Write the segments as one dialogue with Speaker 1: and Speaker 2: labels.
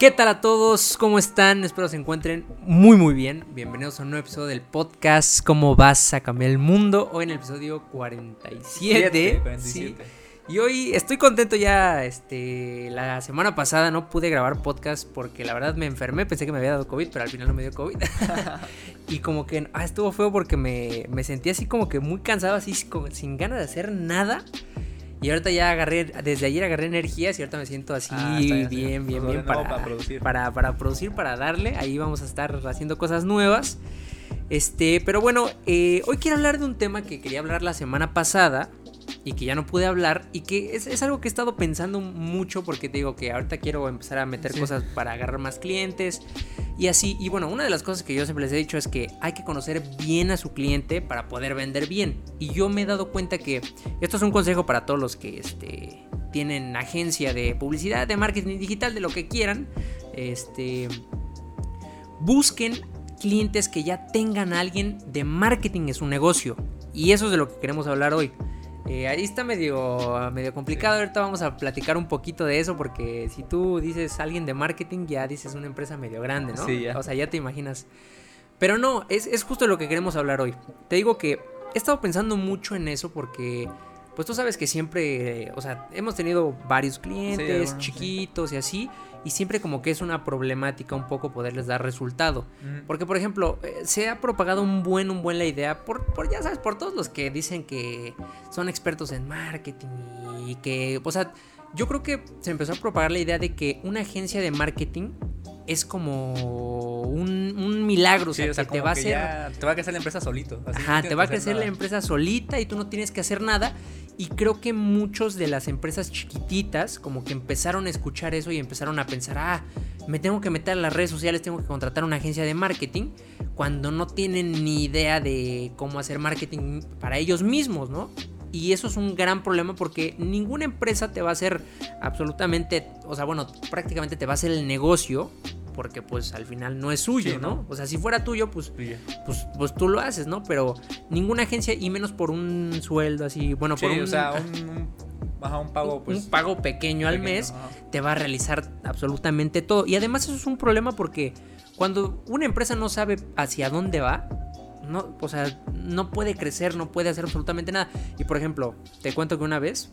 Speaker 1: ¿Qué tal a todos? ¿Cómo están? Espero se encuentren muy bien. Bienvenidos a un nuevo episodio del podcast ¿Cómo vas a cambiar el mundo? Hoy en el episodio 47.
Speaker 2: 47.
Speaker 1: Sí. Y hoy estoy contento ya. La semana pasada no pude grabar podcast porque la verdad me enfermé. Pensé que me había dado COVID, pero al final no me dio COVID. Y como que estuvo feo porque me sentí así como que muy cansado, así como sin ganas de hacer nada. Y ahorita ya desde ayer agarré energías y ahorita me siento así bien
Speaker 2: para producir.
Speaker 1: Para producir, para darle. Ahí vamos a estar haciendo cosas nuevas. Pero bueno, hoy quiero hablar de un tema que quería hablar la semana pasada y que ya no pude hablar y que es algo que he estado pensando mucho porque te digo que ahorita quiero empezar a meter cosas para agarrar más clientes y así. Y bueno, una de las cosas que yo siempre les he dicho es que hay que conocer bien a su cliente para poder vender bien. Y yo me he dado cuenta que esto es un consejo para todos los que tienen agencia de publicidad, de marketing digital, de lo que quieran. Busquen clientes que ya tengan a alguien de marketing en su negocio. Y eso es de lo que queremos hablar hoy. Ahí está medio complicado. Ahorita vamos a platicar un poquito de eso porque si tú dices alguien de marketing ya dices una empresa medio grande, ¿no?
Speaker 2: Sí, ya.
Speaker 1: O sea, ya te imaginas. Pero no, es justo de lo que queremos hablar hoy. Te digo que he estado pensando mucho en eso porque pues tú sabes que siempre, o sea, hemos tenido varios clientes chiquitos y así, y siempre como que es una problemática un poco poderles dar resultado. Porque, por ejemplo, se ha propagado un buen la idea por ya sabes, por todos los que dicen que son expertos en marketing y que, o sea, yo creo que se empezó a propagar la idea de que una agencia de marketing es como un milagro,
Speaker 2: sí, o sea,
Speaker 1: que te va a hacer...
Speaker 2: te va a crecer la empresa solito. Así
Speaker 1: Ajá,
Speaker 2: no
Speaker 1: te va a
Speaker 2: que hacer
Speaker 1: crecer la
Speaker 2: nada.
Speaker 1: empresa solita y tú no tienes que hacer nada. Y creo que muchos de las empresas chiquititas como que empezaron a escuchar eso y empezaron a pensar, me tengo que meter a las redes sociales, tengo que contratar una agencia de marketing, cuando no tienen ni idea de cómo hacer marketing para ellos mismos, ¿no? Y eso es un gran problema porque ninguna empresa te va a hacer absolutamente, o sea, bueno, prácticamente te va a hacer el negocio porque pues al final no es suyo,
Speaker 2: Sí,
Speaker 1: ¿no? O sea, si fuera tuyo, pues tú lo haces, ¿no? Pero ninguna agencia, y menos por un sueldo así, bueno,
Speaker 2: Sí,
Speaker 1: por
Speaker 2: o sea, un pago, pues,
Speaker 1: un pago pequeño al mes, te va a realizar absolutamente todo. Y además eso es un problema porque cuando una empresa no sabe hacia dónde va, no, o sea, no puede crecer, no puede hacer absolutamente nada. Y por ejemplo, te cuento que una vez,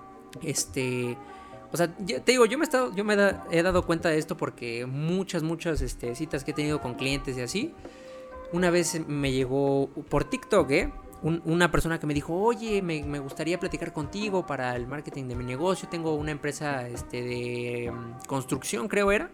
Speaker 1: o sea, te digo, yo he dado cuenta de esto porque muchas citas que he tenido con clientes y así. Una vez me llegó por TikTok, una persona que me dijo, oye, me gustaría platicar contigo para el marketing de mi negocio. Tengo una empresa de construcción, creo era.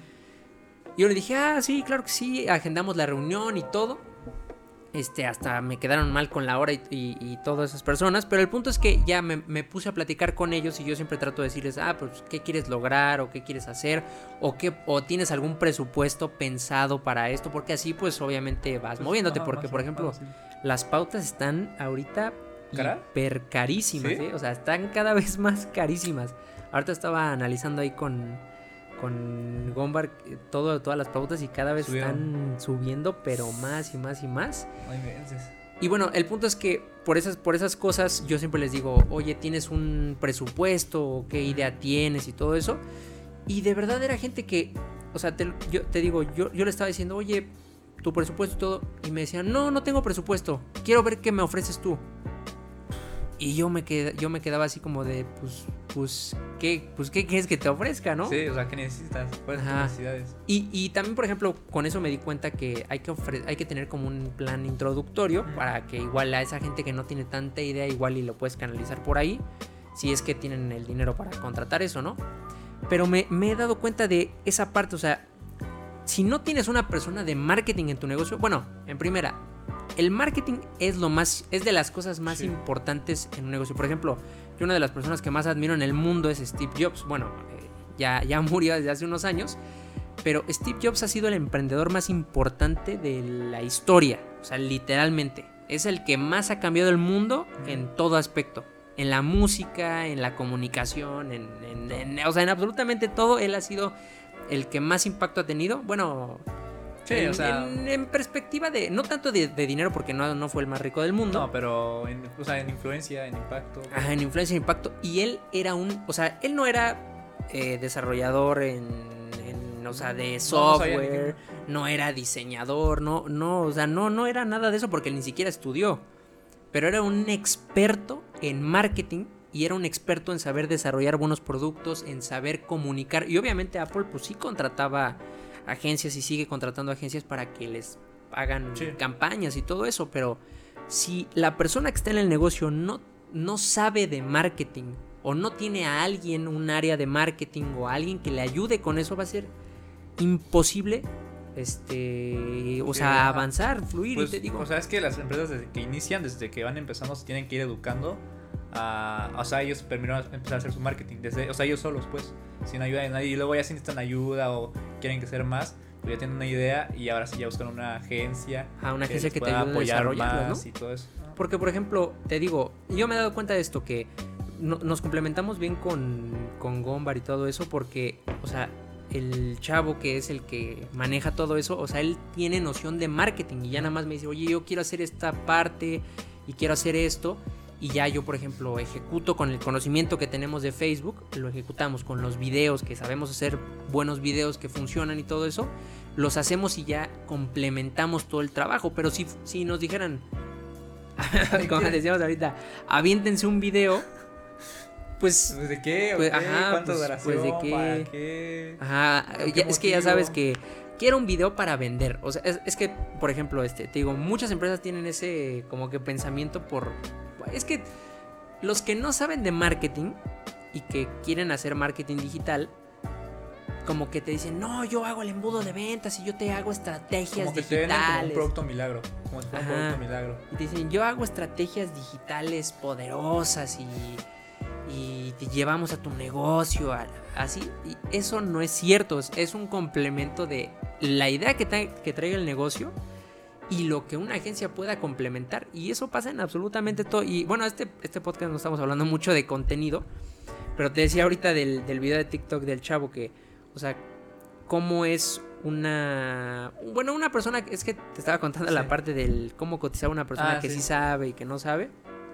Speaker 1: Y yo le dije, sí, claro que sí. Agendamos la reunión y todo. Hasta me quedaron mal con la hora y todas esas personas. Pero el punto es que ya me puse a platicar con ellos. Y yo siempre trato de decirles, pues, ¿qué quieres lograr? ¿O qué quieres hacer? ¿O tienes algún presupuesto pensado para esto? Porque así, pues, obviamente vas moviéndote. Porque, por ejemplo, las pautas están ahorita hiper carísimas,
Speaker 2: ¿Sí?
Speaker 1: O sea, están cada vez más carísimas. Ahorita estaba analizando ahí con Gombar todas las pautas y cada vez están subiendo, pero más y más y más.
Speaker 2: Ay, me dices.
Speaker 1: Y bueno, el punto es que por esas cosas yo siempre les digo, oye, ¿tienes un presupuesto? ¿Qué idea tienes? Y todo eso. Y de verdad era gente que, o sea, yo le estaba diciendo, oye, tu presupuesto y todo. Y me decían, no tengo presupuesto, quiero ver qué me ofreces tú. Y yo me quedaba así como de, ¿qué quieres que te ofrezca, no?
Speaker 2: Sí, o sea, ¿qué necesitas? ¿Cuáles son tus necesidades?
Speaker 1: Y también, por ejemplo, con eso me di cuenta que hay que tener como un plan introductorio para que igual a esa gente que no tiene tanta idea, igual y lo puedes canalizar por ahí, si es que tienen el dinero para contratar eso, ¿no? Pero me he dado cuenta de esa parte, o sea, si no tienes una persona de marketing en tu negocio, bueno, en primera, el marketing es de las cosas más importantes en un negocio. Por ejemplo, yo una de las personas que más admiro en el mundo es Steve Jobs. Bueno, ya murió desde hace unos años, pero Steve Jobs ha sido el emprendedor más importante de la historia. O sea, literalmente. Es el que más ha cambiado el mundo en todo aspecto. En la música, en la comunicación, o sea, en absolutamente todo. Él ha sido el que más impacto ha tenido. Bueno... Sí, o sea, en perspectiva de, no tanto de dinero porque no fue el más rico del mundo.
Speaker 2: No, pero en influencia, en impacto.
Speaker 1: Ajá, en influencia, en impacto. Y él era él no era desarrollador en o sea, de
Speaker 2: No
Speaker 1: software,
Speaker 2: sabía
Speaker 1: no era diseñador, o sea, no era nada de eso porque él ni siquiera estudió. Pero era un experto en marketing y era un experto en saber desarrollar buenos productos, en saber comunicar. Y obviamente Apple pues sí contrataba agencias y sigue contratando agencias para que les hagan campañas y todo eso. Pero si la persona que está en el negocio no sabe de marketing o no tiene a alguien, un área de marketing o a alguien que le ayude con eso, va a ser imposible o sea, avanzar, fluir,
Speaker 2: pues,
Speaker 1: y te digo.
Speaker 2: O sea, es que las empresas desde que inician, desde que van empezando, se tienen que ir educando o sea, ellos primero empezar a hacer su marketing, o sea, ellos solos, pues, sin ayuda de nadie, y luego ya si necesitan ayuda o quieren crecer más, pues ya tienen una idea y ahora sí ya buscan una agencia.
Speaker 1: Una agencia que te
Speaker 2: pueda
Speaker 1: ayude a
Speaker 2: apoyar
Speaker 1: desarrollarlo,
Speaker 2: más,
Speaker 1: ¿no?
Speaker 2: y todo eso.
Speaker 1: Porque, por ejemplo, te digo, yo me he dado cuenta de esto, que nos complementamos bien con Gombar y todo eso, porque, o sea, el chavo que es el que maneja todo eso, o sea, él tiene noción de marketing y ya nada más me dice, oye, yo quiero hacer esta parte y quiero hacer esto, y ya yo, por ejemplo, ejecuto con el conocimiento que tenemos de Facebook, lo ejecutamos con los videos, que sabemos hacer buenos videos que funcionan y todo eso, los hacemos y ya complementamos todo el trabajo. Pero si nos dijeran, como decíamos ahorita, aviéntense un video, pues
Speaker 2: ¿de qué?
Speaker 1: Pues,
Speaker 2: ¿Cuánto
Speaker 1: pues,
Speaker 2: duración?
Speaker 1: pues, ¿de qué?
Speaker 2: ¿Para qué?
Speaker 1: Es que ya sabes que quiero un video para vender. O sea, es que, por ejemplo, te digo, muchas empresas tienen ese como que pensamiento es que los que no saben de marketing y que quieren hacer marketing digital, como que te dicen, no, yo hago el embudo de ventas y yo te hago estrategias
Speaker 2: como que
Speaker 1: digitales.
Speaker 2: te venden como un producto milagro. Como si fuera un producto milagro.
Speaker 1: Y te dicen, yo hago estrategias digitales poderosas y te llevamos a tu negocio, así. Y eso no es cierto, es un complemento de la idea que traiga el negocio y lo que una agencia pueda complementar. Y eso pasa en absolutamente todo. Y bueno, este podcast no estamos hablando mucho de contenido, pero te decía ahorita del video de TikTok del chavo que, o sea, cómo es una persona, es que te estaba contando la parte del cómo cotizar una persona que sí sabe y que no sabe.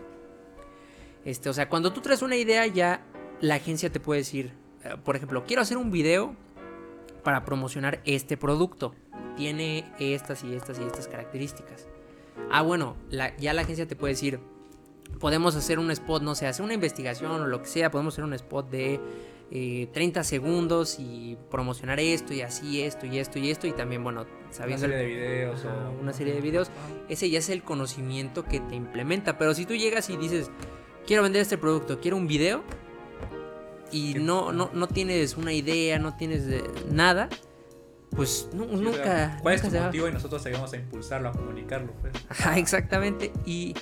Speaker 1: O sea, cuando tú traes una idea, ya la agencia te puede decir, por ejemplo, quiero hacer un video para promocionar este producto. Tiene estas y estas y estas características. Bueno, ya la agencia te puede decir, podemos hacer un spot, no sé, hacer una investigación o lo que sea, podemos hacer un spot de 30 segundos y promocionar esto y así, esto y esto y esto, y también, bueno, sabiendo
Speaker 2: una serie de videos
Speaker 1: una serie de videos. Ese ya es el conocimiento que te implementa. Pero si tú llegas y dices, quiero vender este producto, quiero un video, y no tienes una idea, no tienes nada, pues nunca.
Speaker 2: ¿Cuál es tu motivo? Y nosotros ayudamos a impulsarlo, a comunicarlo, pues.
Speaker 1: Exactamente. Y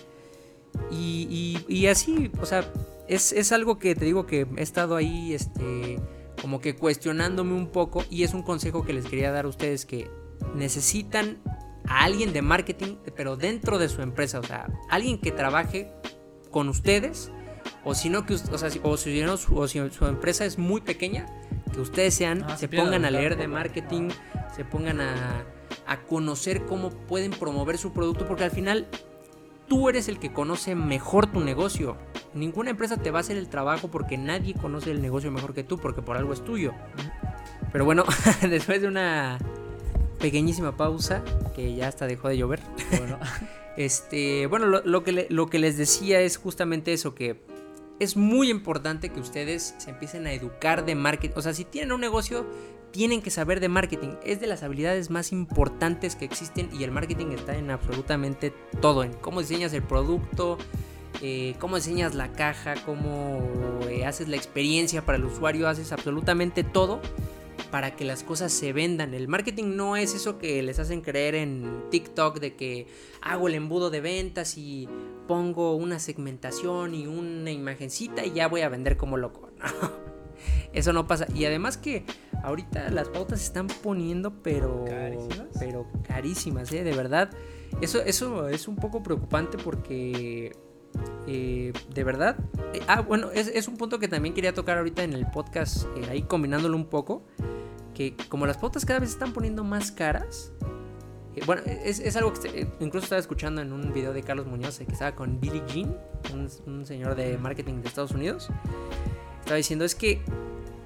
Speaker 1: así, o sea, es algo que te digo que he estado ahí, como que cuestionándome un poco, y es un consejo que les quería dar a ustedes, que necesitan a alguien de marketing, pero dentro de su empresa, o sea, alguien que trabaje con ustedes, o si no, si su empresa es muy pequeña, que ustedes se pongan a leer de marketing, se pongan a conocer cómo pueden promover su producto, porque al final tú eres el que conoce mejor tu negocio. Ninguna empresa te va a hacer el trabajo, porque nadie conoce el negocio mejor que tú, porque por algo es tuyo. Pero bueno, después de una pequeñísima pausa, que ya hasta dejó de llover. Bueno, lo que les decía es justamente eso, que es muy importante que ustedes se empiecen a educar de marketing. O sea, si tienen un negocio, tienen que saber de marketing. Es de las habilidades más importantes que existen, y el marketing está en absolutamente todo, en cómo diseñas el producto, cómo diseñas la caja, cómo haces la experiencia para el usuario, haces absolutamente todo para que las cosas se vendan. El marketing no es eso que les hacen creer en TikTok, de que hago el embudo de ventas y pongo una segmentación y una imagencita y ya voy a vender como loco. No, eso no pasa. Y además que ahorita las pautas se están poniendo pero carísimas, de verdad. Eso es un poco preocupante, porque de verdad, bueno, es un punto que también quería tocar ahorita en el podcast, ahí combinándolo un poco, que como las pautas cada vez se están poniendo más caras, bueno, es algo que incluso estaba escuchando en un video de Carlos Muñoz, que estaba con Billy Jean, un señor de marketing de Estados Unidos. Estaba diciendo, es que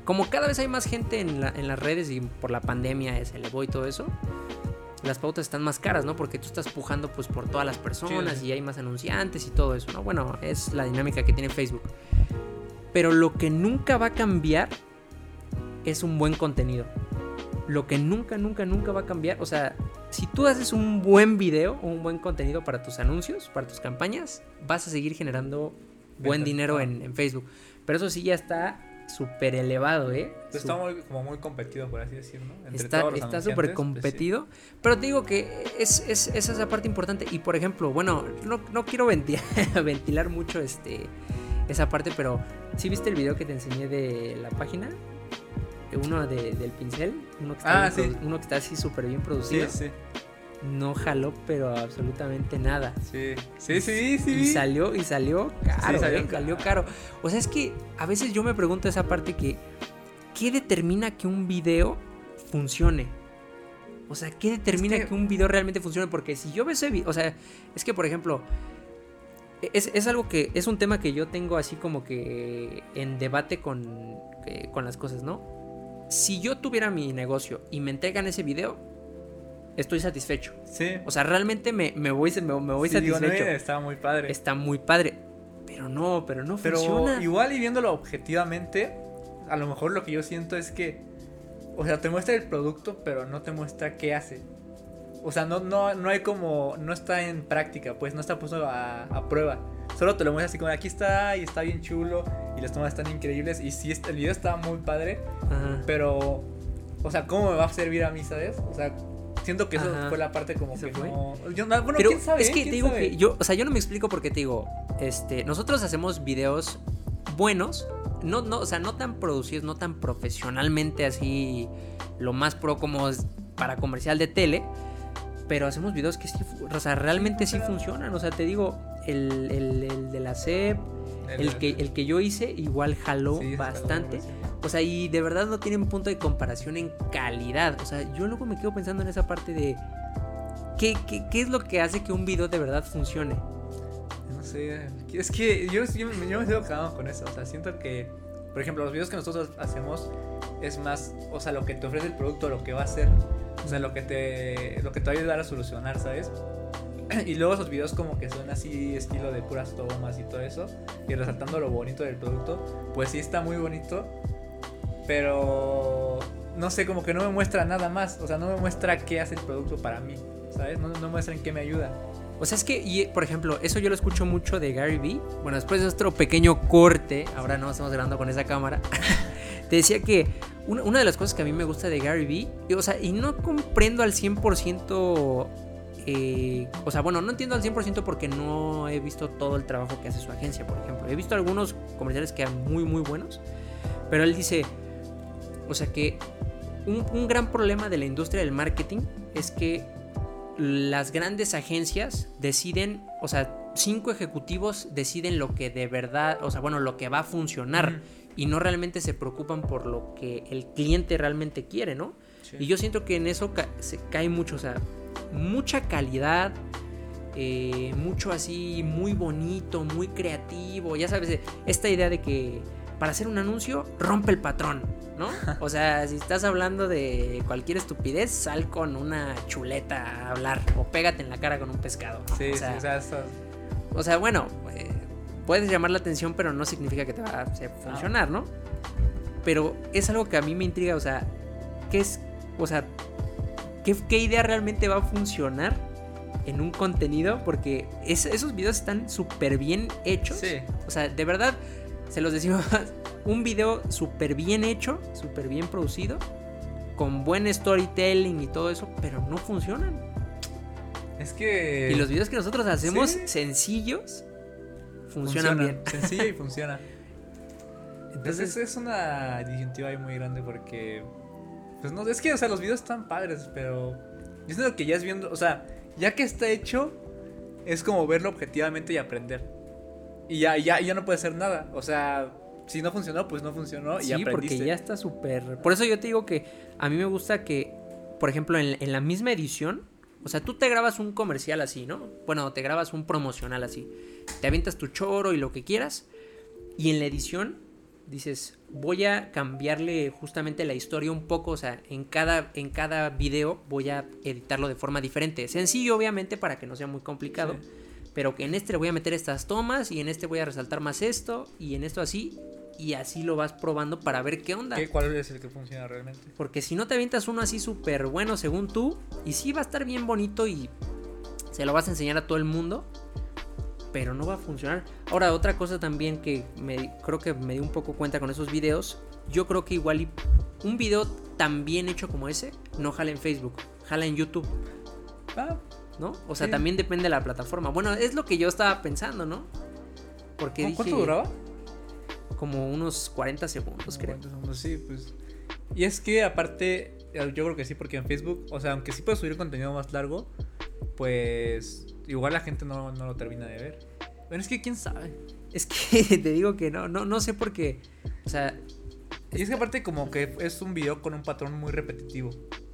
Speaker 1: como cada vez hay más gente en las redes y por la pandemia se elevó y todo eso, las pautas están más caras, ¿no? Porque tú estás pujando pues por todas las personas y hay más anunciantes y todo eso, ¿no? Bueno, es la dinámica que tiene Facebook. Pero lo que nunca va a cambiar es un buen contenido. Lo que nunca va a cambiar, o sea, si tú haces un buen video o un buen contenido para tus anuncios, para tus campañas, vas a seguir generando buen dinero en Facebook. Pero eso sí ya está súper elevado,
Speaker 2: Está muy competido, por así decirlo, ¿no?
Speaker 1: Está súper competido, pues sí. Pero te digo que es esa parte importante. Y por ejemplo, bueno, no quiero ventilar mucho esa parte, pero ¿sí viste el video que te enseñé de la página? Uno del pincel, uno que está así súper bien producido. Sí. No jaló, pero absolutamente nada.
Speaker 2: Sí.
Speaker 1: Y salió caro, salió caro. O sea, es que a veces yo me pregunto esa parte ¿qué determina que un video funcione? O sea, ¿qué determina que un video realmente funcione? Porque si yo veo ese video, o sea, es que por ejemplo, es algo que es un tema que yo tengo así como que en debate con las cosas, ¿no? Si yo tuviera mi negocio y me entregan ese video, estoy satisfecho.
Speaker 2: Sí.
Speaker 1: O sea, realmente me voy satisfecho. Digo, no,
Speaker 2: está muy padre.
Speaker 1: Está muy padre. Pero no funciona.
Speaker 2: Igual y viéndolo objetivamente, a lo mejor lo que yo siento es que, o sea, te muestra el producto, pero no te muestra qué hace. O sea, no hay como, no está en práctica, pues no está puesto a prueba. Solo te lo muestra así como aquí está y está bien chulo y las tomas están increíbles y sí, el video está muy padre. Ajá. Pero, o sea, ¿cómo me va a servir a mí, sabes? O sea, siento que eso fue la parte como que fue? No... bueno,
Speaker 1: pero
Speaker 2: ¿quién sabe?
Speaker 1: Es que te digo que yo no me explico porque te digo, nosotros hacemos videos buenos, o sea, no tan producidos, no tan profesionalmente así, lo más pro como es para comercial de tele, pero hacemos videos que sí, o sea, realmente sí funcionan. O sea, te digo, el de la SEP, el que yo hice, igual jaló bastante. O sea, y de verdad no tienen punto de comparación en calidad. O sea, yo luego me quedo pensando en esa parte de ¿qué es lo que hace que un video de verdad funcione?
Speaker 2: No sé, es que yo me quedo cagado con eso. O sea, siento que, por ejemplo, los videos que nosotros hacemos es más, o sea, lo que te ofrece el producto, lo que va a hacer. O sea, lo que te va a ayudar a solucionar, ¿sabes? Y luego esos videos como que son así, estilo de puras tomas y todo eso, y resaltando lo bonito del producto, pues sí está muy bonito, pero no sé, como que no me muestra nada más. O sea, no me muestra qué hace el producto para mí, ¿sabes? No me muestra en qué me ayuda.
Speaker 1: O sea, es que, y, por ejemplo, eso yo lo escucho mucho de Gary Vee. Bueno, después de otro pequeño corte, ahora no estamos grabando con esa cámara. Te decía que una de las cosas que a mí me gusta de Gary Vee, o sea, y no comprendo al 100%, o sea, bueno, no entiendo al 100% porque no he visto todo el trabajo que hace su agencia, por ejemplo. He visto algunos comerciales que eran muy, muy buenos, pero él dice, o sea, que un gran problema de la industria del marketing es que las grandes agencias deciden, o sea, 5 ejecutivos deciden lo que de verdad, o sea, bueno, lo que va a funcionar, y no realmente se preocupan por lo que el cliente realmente quiere, ¿no? Sí. Y yo siento que en eso se cae mucho, o sea, mucha calidad, mucho así, muy bonito, muy creativo, ya sabes, esta idea de que para hacer un anuncio rompe el patrón, ¿no? O sea, si estás hablando de cualquier estupidez, sal con una chuleta a hablar o pégate en la cara con un pescado, ¿no?
Speaker 2: Sí,
Speaker 1: o sea, bueno, puedes llamar la atención, pero no significa que te va a hacer funcionar, ¿no? Pero es algo que a mí me intriga, o sea, ¿qué es? O sea, ¿qué idea realmente va a funcionar en un contenido? Porque esos videos están súper bien hechos.
Speaker 2: Sí.
Speaker 1: O sea, de verdad, se los decimos, un video súper bien hecho, súper bien producido, con buen storytelling y todo eso, pero no funcionan.
Speaker 2: Es que...
Speaker 1: Y los videos que nosotros hacemos, sencillos, funcionan bien.
Speaker 2: Sencillo y funciona. Entonces es una disyuntiva ahí muy grande porque... Pues no, es que, o sea, los videos están padres, pero... Yo siento que ya es viendo... O sea, ya que está hecho, es como verlo objetivamente y aprender. Y ya no puede hacer nada. O sea, si no funcionó, pues no funcionó y aprendiste. Sí,
Speaker 1: porque ya está súper... Por eso yo te digo que a mí me gusta que, por ejemplo, en la misma edición... O sea, tú te grabas un comercial así, ¿no? Bueno, te grabas un promocional así. Te avientas tu choro y lo que quieras. Y en la edición dices, voy a cambiarle justamente la historia un poco, o sea, en cada video voy a editarlo de forma diferente. Sencillo, obviamente, para que no sea muy complicado, sí. Pero que en este le voy a meter estas tomas y en este voy a resaltar más esto y en esto así, y así lo vas probando para ver qué onda.
Speaker 2: ¿Cuál es el que funciona realmente?
Speaker 1: Porque si no te avientas uno así súper bueno según tú, y sí va a estar bien bonito y se lo vas a enseñar a todo el mundo, pero no va a funcionar. Ahora, otra cosa también que creo que me di un poco cuenta con esos videos, yo creo que igual un video tan bien hecho como ese no jala en Facebook, jala en YouTube. ¿No? O sea, sí. También depende de la plataforma. Bueno, es lo que yo estaba pensando, ¿no? Porque dije,
Speaker 2: ¿cuánto duraba?
Speaker 1: Como unos 40 segundos, creo.
Speaker 2: 40 segundos, sí, pues. Y es que aparte, yo creo que sí, porque en Facebook, o sea, aunque sí puedes subir contenido más largo, pues igual la gente no lo termina de ver. Bueno, es que quién sabe.
Speaker 1: Es que te digo que no sé por qué. O sea,
Speaker 2: y es que aparte como que es un video con un patrón muy repetitivo.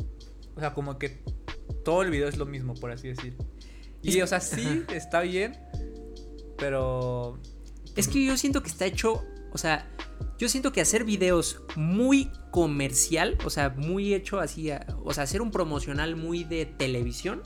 Speaker 2: O sea, como que todo el video es lo mismo, por así decir. Y, o sea, sí, está bien, pero...
Speaker 1: Es que yo siento que está hecho... O sea, yo siento que hacer videos muy comercial, o sea, muy hecho así... O sea, hacer un promocional muy de televisión,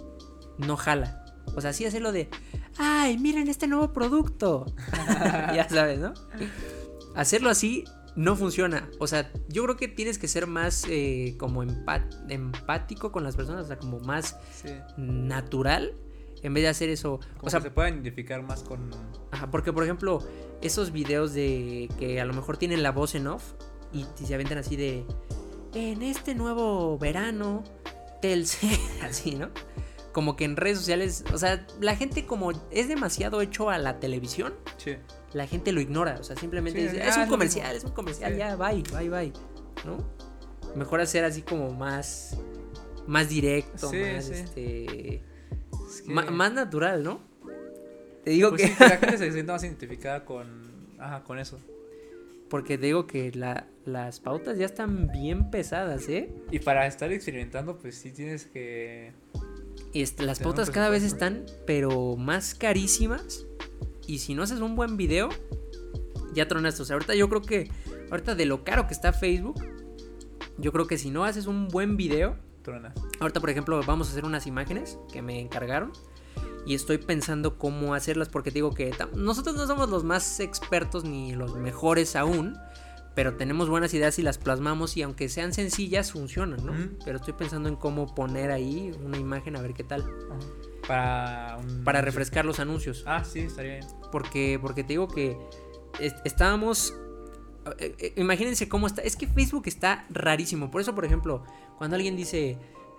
Speaker 1: no jala. O sea, sí hacerlo de... ¡Ay, miren este nuevo producto! Ya sabes, ¿no? Hacerlo así... no funciona. O sea, yo creo que tienes que ser más como empático con las personas, o sea, como más natural, en vez de hacer eso.
Speaker 2: Como
Speaker 1: o sea,
Speaker 2: que se puedan identificar más con...
Speaker 1: Ajá, porque por ejemplo, esos videos de que a lo mejor tienen la voz en off y se aventan así de... En este nuevo verano, Telcel, así, ¿no? Como que en redes sociales, o sea, la gente como es demasiado hecho a la televisión.
Speaker 2: Sí.
Speaker 1: La gente lo ignora, o sea, simplemente dice, es un comercial, sí. Ya, bye, ¿no? Mejor hacer así como más directo, más más natural, ¿no? Te digo
Speaker 2: pues
Speaker 1: que...
Speaker 2: sí, la gente se siente más identificada con eso.
Speaker 1: Porque te digo que las pautas ya están bien pesadas, ¿eh?
Speaker 2: Y para estar experimentando, pues sí tienes que...
Speaker 1: las pautas cada vez están, pero más carísimas. Y si no haces un buen video, ya tronaste. O sea, ahorita yo creo que... Ahorita de lo caro que está Facebook, yo creo que si no haces un buen video...
Speaker 2: Tronas.
Speaker 1: Ahorita, por ejemplo, vamos a hacer unas imágenes que me encargaron. Y estoy pensando cómo hacerlas, porque te digo que nosotros no somos los más expertos ni los mejores aún, pero tenemos buenas ideas y las plasmamos, y aunque sean sencillas, funcionan, ¿no? Pero estoy pensando en cómo poner ahí una imagen, a ver qué tal. Para refrescar los anuncios.
Speaker 2: Sí, estaría bien.
Speaker 1: Porque te digo que estábamos... imagínense cómo está. Es que Facebook está rarísimo. Por eso, por ejemplo, cuando alguien dice...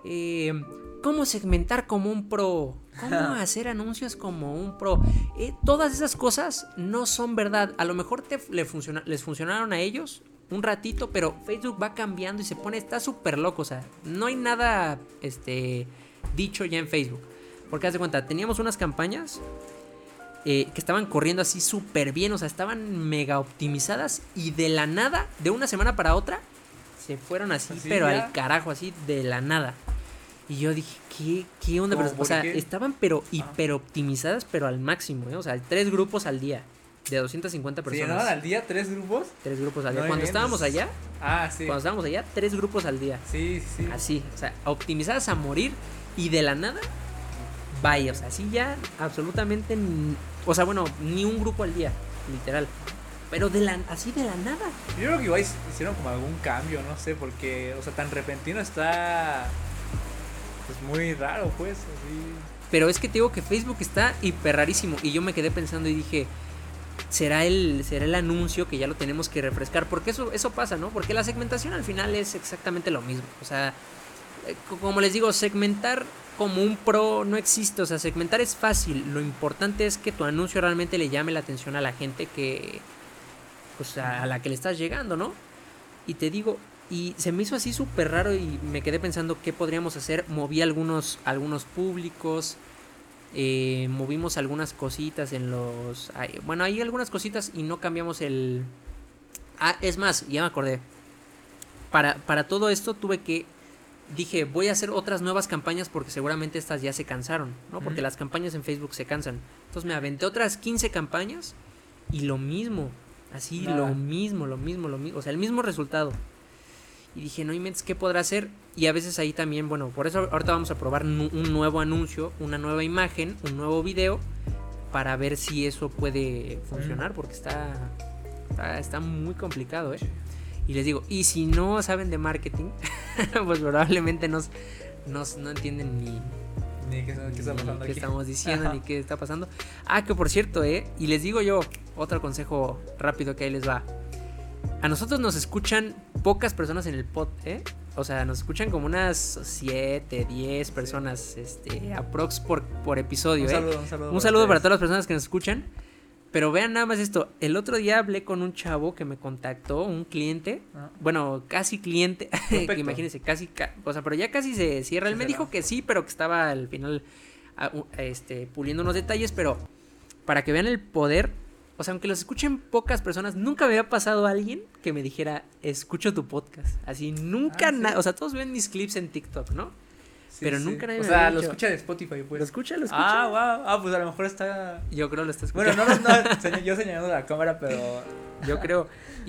Speaker 1: ¿cómo segmentar como un pro? ¿Cómo hacer anuncios como un pro? Todas esas cosas no son verdad. A lo mejor les funcionaron a ellos un ratito, pero Facebook va cambiando y se pone... Está súper loco, o sea, no hay nada dicho ya en Facebook. Porque haz de cuenta, teníamos unas campañas que estaban corriendo así súper bien, o sea, estaban mega optimizadas, y de la nada, de una semana para otra, se fueron así pero ya al carajo, así de la nada. Y yo dije, ¿qué onda? Pero, o sea, estaban pero hiper optimizadas, pero al máximo, ¿eh? O sea, 3 grupos al día, de 250 personas.
Speaker 2: ¿Se llenaban al día 3 grupos?
Speaker 1: 3 grupos al día. Cuando estábamos allá,
Speaker 2: sí.
Speaker 1: Cuando estábamos allá, 3 grupos al día.
Speaker 2: Sí.
Speaker 1: Así, o sea, optimizadas a morir, y de la nada, vaya, o sea, así ya absolutamente, o sea, bueno, ni un grupo al día, literal. Pero así de la nada.
Speaker 2: Yo creo que igual hicieron como algún cambio, no sé, porque, o sea, tan repentino está... Pues muy raro, pues, así.
Speaker 1: Pero es que te digo que Facebook está hiper rarísimo. Y yo me quedé pensando y dije, ¿será el anuncio que ya lo tenemos que refrescar? Porque eso pasa, ¿no? Porque la segmentación al final es exactamente lo mismo. O sea, como les digo, segmentar como un pro no existe. O sea, segmentar es fácil. Lo importante es que tu anuncio realmente le llame la atención a la gente que... Pues a la que le estás llegando, ¿no? Y te digo... Y se me hizo así súper raro y me quedé pensando qué podríamos hacer. Moví algunos públicos, movimos algunas cositas en los... Bueno, hay algunas cositas y no cambiamos el... es más, ya me acordé. Para todo esto dije, voy a hacer otras nuevas campañas porque seguramente estas ya se cansaron, ¿no? Porque las campañas en Facebook se cansan. Entonces me aventé otras 15 campañas y lo mismo. Así,
Speaker 2: Nada.
Speaker 1: lo mismo. O sea, el mismo resultado. Y dije, no inventes, ¿qué podrá hacer? Y a veces ahí también, bueno, por eso ahorita vamos a probar un nuevo anuncio, una nueva imagen, un nuevo video, para ver si eso puede funcionar, porque está muy complicado, ¿eh? Y les digo, y si no saben de marketing, pues probablemente no entienden
Speaker 2: Ni qué está pasando
Speaker 1: qué
Speaker 2: aquí.
Speaker 1: estamos diciendo, ni qué está pasando. Ah, que por cierto, y les digo yo, otro consejo rápido que ahí les va. A nosotros nos escuchan pocas personas en el pod, O sea, nos escuchan como unas 7, 10 personas, aprox por episodio, Un saludo para todas las personas que nos escuchan. Pero vean nada más esto. El otro día hablé con un chavo que me contactó, un cliente. Bueno, casi cliente. Que imagínense, casi. O sea, pero ya casi se cierra. Él me dijo que sí, pero que estaba al final puliendo unos detalles. Pero para que vean el poder. O sea, aunque los escuchen pocas personas, nunca me había pasado a alguien que me dijera, escucho tu podcast. Así, nunca
Speaker 2: ¿sí?
Speaker 1: O sea, todos ven mis clips en TikTok, ¿no?
Speaker 2: Sí,
Speaker 1: pero
Speaker 2: sí.
Speaker 1: nunca nadie
Speaker 2: O
Speaker 1: me
Speaker 2: sea,
Speaker 1: había
Speaker 2: lo
Speaker 1: dicho.
Speaker 2: escucha de Spotify, pues.
Speaker 1: Lo escucha.
Speaker 2: Ah, wow. Pues a lo mejor está.
Speaker 1: Yo creo lo está escuchando.
Speaker 2: Bueno, no, yo señalando la cámara, pero.
Speaker 1: Yo creo.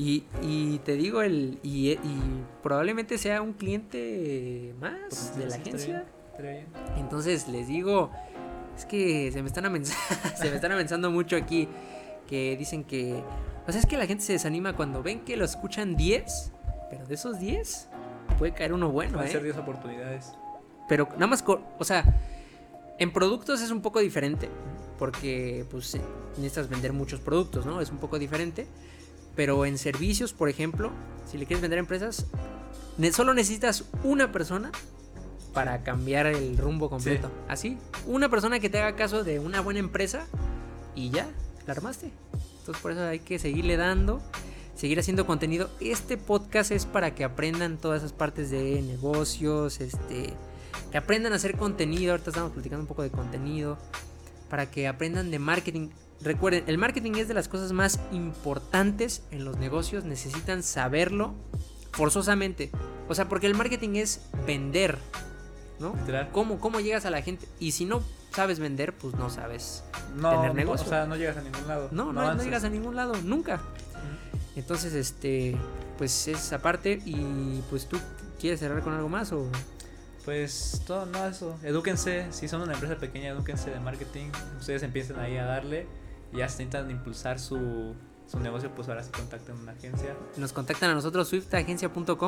Speaker 1: Y te digo, y probablemente sea un cliente más
Speaker 2: Pues,
Speaker 1: de la
Speaker 2: sí,
Speaker 1: agencia.
Speaker 2: estaría bien.
Speaker 1: Entonces les digo, es que se me están amenazando mucho aquí. Que dicen que. O sea, es que la gente se desanima cuando ven que lo escuchan 10. Pero de esos 10 puede caer uno bueno,
Speaker 2: Pueden ser 10 oportunidades.
Speaker 1: Pero nada más, o sea, en productos es un poco diferente, porque pues necesitas vender muchos productos, ¿no? Es un poco diferente, pero en servicios, por ejemplo, si le quieres vender a empresas, solo necesitas una persona para cambiar el rumbo completo.
Speaker 2: Sí.
Speaker 1: Así, una persona que te haga caso de una buena empresa y ya, la armaste. Entonces por eso hay que seguirle dando, seguir haciendo contenido. Este podcast es para que aprendan todas esas partes de negocios, que aprendan a hacer contenido. Ahorita estamos platicando un poco de contenido, para que aprendan de marketing. Recuerden, el marketing es de las cosas más importantes en los negocios. Necesitan saberlo forzosamente. O sea, porque el marketing es vender, ¿no?
Speaker 2: Literal.
Speaker 1: ¿Cómo llegas a la gente? Y si no sabes vender, pues no sabes
Speaker 2: No,
Speaker 1: tener negocio.
Speaker 2: O sea, no llegas a ningún lado.
Speaker 1: No llegas a ningún lado, nunca. Entonces, pues es aparte. Y pues tú quieres cerrar con algo más o...
Speaker 2: Pues todo, no, eso. Edúquense. Si son una empresa pequeña, edúquense de marketing. Ustedes empiecen ahí a darle. Y ya se intentan impulsar su negocio, pues ahora sí contacten una agencia.
Speaker 1: Nos contactan a nosotros, swiftagencia.com.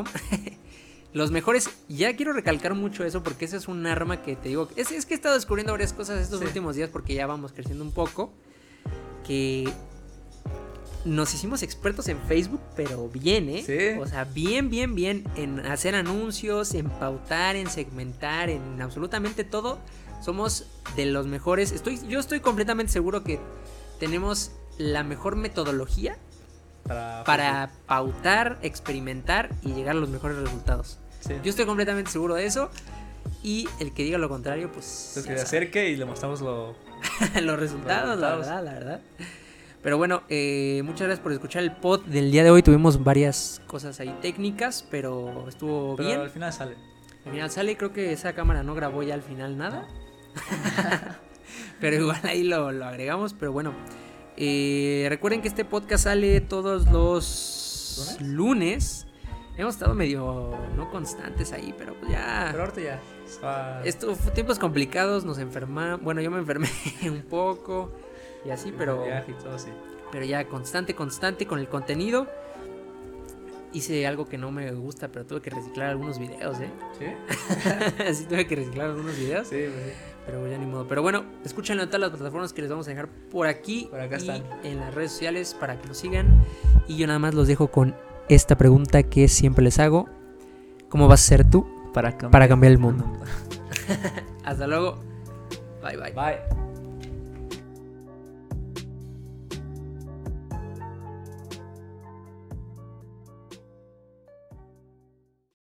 Speaker 1: Los mejores, ya quiero recalcar mucho eso porque ese es un arma que te digo, es que he estado descubriendo varias cosas estos últimos días porque ya vamos creciendo un poco, que nos hicimos expertos en Facebook, pero bien,
Speaker 2: Sí.
Speaker 1: O sea, bien en hacer anuncios, en pautar, en segmentar, en absolutamente todo. Somos de los mejores. Yo estoy completamente seguro que tenemos la mejor metodología para pautar, experimentar y llegar a los mejores resultados.
Speaker 2: Sí.
Speaker 1: Yo estoy completamente seguro de eso. Y el que diga lo contrario, pues...
Speaker 2: Entonces que se acerque y le mostramos
Speaker 1: los resultados, la verdad. Pero bueno, muchas gracias por escuchar el pod del día de hoy. Tuvimos varias cosas ahí técnicas, pero estuvo bien.
Speaker 2: Pero al final sale.
Speaker 1: Al final sale, creo que esa cámara no grabó ya al final nada. Pero igual ahí lo agregamos, pero bueno. Recuerden que este podcast sale todos los lunes. Hemos estado medio no constantes ahí, pero pues ya.
Speaker 2: Pero ahorita ya.
Speaker 1: Esto fue tiempos complicados, nos enfermamos. Bueno, yo me enfermé un poco y así, pero.
Speaker 2: Viaje y todo así.
Speaker 1: Pero ya constante con el contenido. Hice algo que no me gusta, pero tuve que reciclar algunos videos,
Speaker 2: ¿Sí?
Speaker 1: Sí, tuve que reciclar algunos videos.
Speaker 2: Sí, pues sí.
Speaker 1: Pero ya ni modo. Pero bueno, escúchenlo en todas las plataformas que les vamos a dejar por aquí.
Speaker 2: Por acá
Speaker 1: y
Speaker 2: están.
Speaker 1: en las redes sociales para que nos sigan. Y yo nada más los dejo con esta pregunta que siempre les hago. ¿Cómo vas a ser tú para cambiar el mundo? Hasta luego. Bye.
Speaker 2: Bye.